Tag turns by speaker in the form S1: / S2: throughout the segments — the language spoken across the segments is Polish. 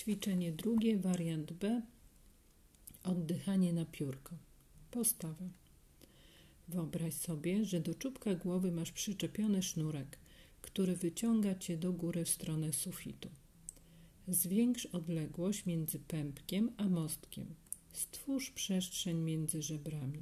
S1: Ćwiczenie drugie, wariant B. Oddychanie na piórko. Postawa. Wyobraź sobie, że do czubka głowy masz przyczepiony sznurek, który wyciąga cię do góry w stronę sufitu. Zwiększ odległość między pępkiem a mostkiem. Stwórz przestrzeń między żebrami.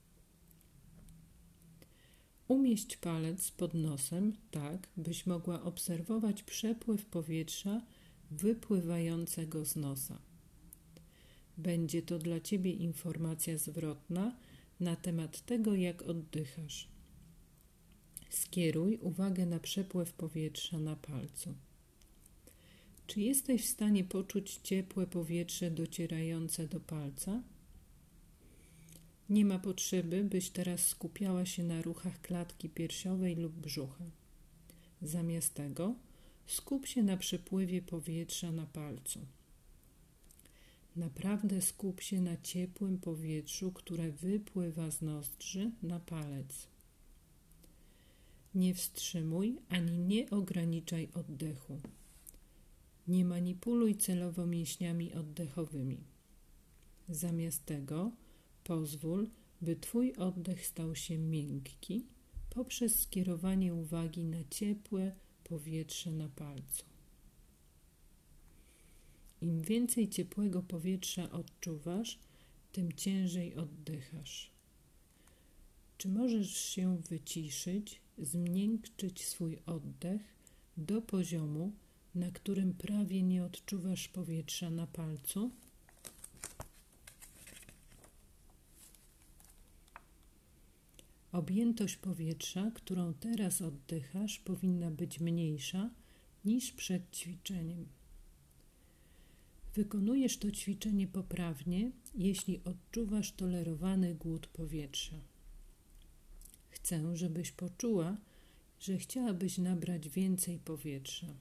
S1: Umieść palec pod nosem tak, byś mogła obserwować przepływ powietrza wypływającego z nosa. Będzie to dla ciebie informacja zwrotna na temat tego, jak oddychasz. Skieruj uwagę na przepływ powietrza na palcu. Czy jesteś w stanie poczuć ciepłe powietrze docierające do palca? Nie ma potrzeby, byś teraz skupiała się na ruchach klatki piersiowej lub brzucha. Zamiast tego skup się na przepływie powietrza na palcu. Naprawdę skup się na ciepłym powietrzu, które wypływa z nozdrzy na palec. Nie wstrzymuj ani nie ograniczaj oddechu. Nie manipuluj celowo mięśniami oddechowymi. Zamiast tego pozwól, by twój oddech stał się miękki poprzez skierowanie uwagi na ciepłe powietrze na palcu. Im więcej ciepłego powietrza odczuwasz, tym ciężej oddychasz. Czy możesz się wyciszyć, zmiękczyć swój oddech do poziomu, na którym prawie nie odczuwasz powietrza na palcu? Objętość powietrza, którą teraz oddychasz, powinna być mniejsza niż przed ćwiczeniem. Wykonujesz to ćwiczenie poprawnie, jeśli odczuwasz tolerowany głód powietrza. Chcę, żebyś poczuła, że chciałabyś nabrać więcej powietrza.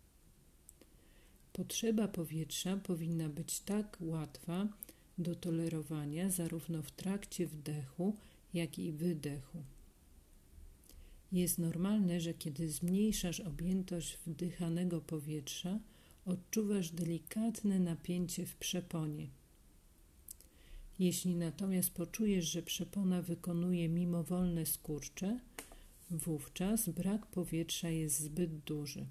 S1: Potrzeba powietrza powinna być tak łatwa do tolerowania zarówno w trakcie wdechu, jak i wydechu. Jest normalne, że kiedy zmniejszasz objętość wdychanego powietrza, odczuwasz delikatne napięcie w przeponie. Jeśli natomiast poczujesz, że przepona wykonuje mimowolne skurcze, wówczas brak powietrza jest zbyt duży.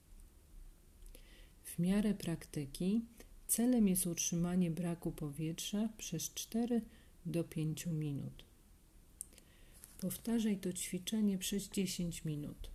S1: W miarę praktyki celem jest utrzymanie braku powietrza przez 4 do 5 minut. Powtarzaj to ćwiczenie przez 10 minut.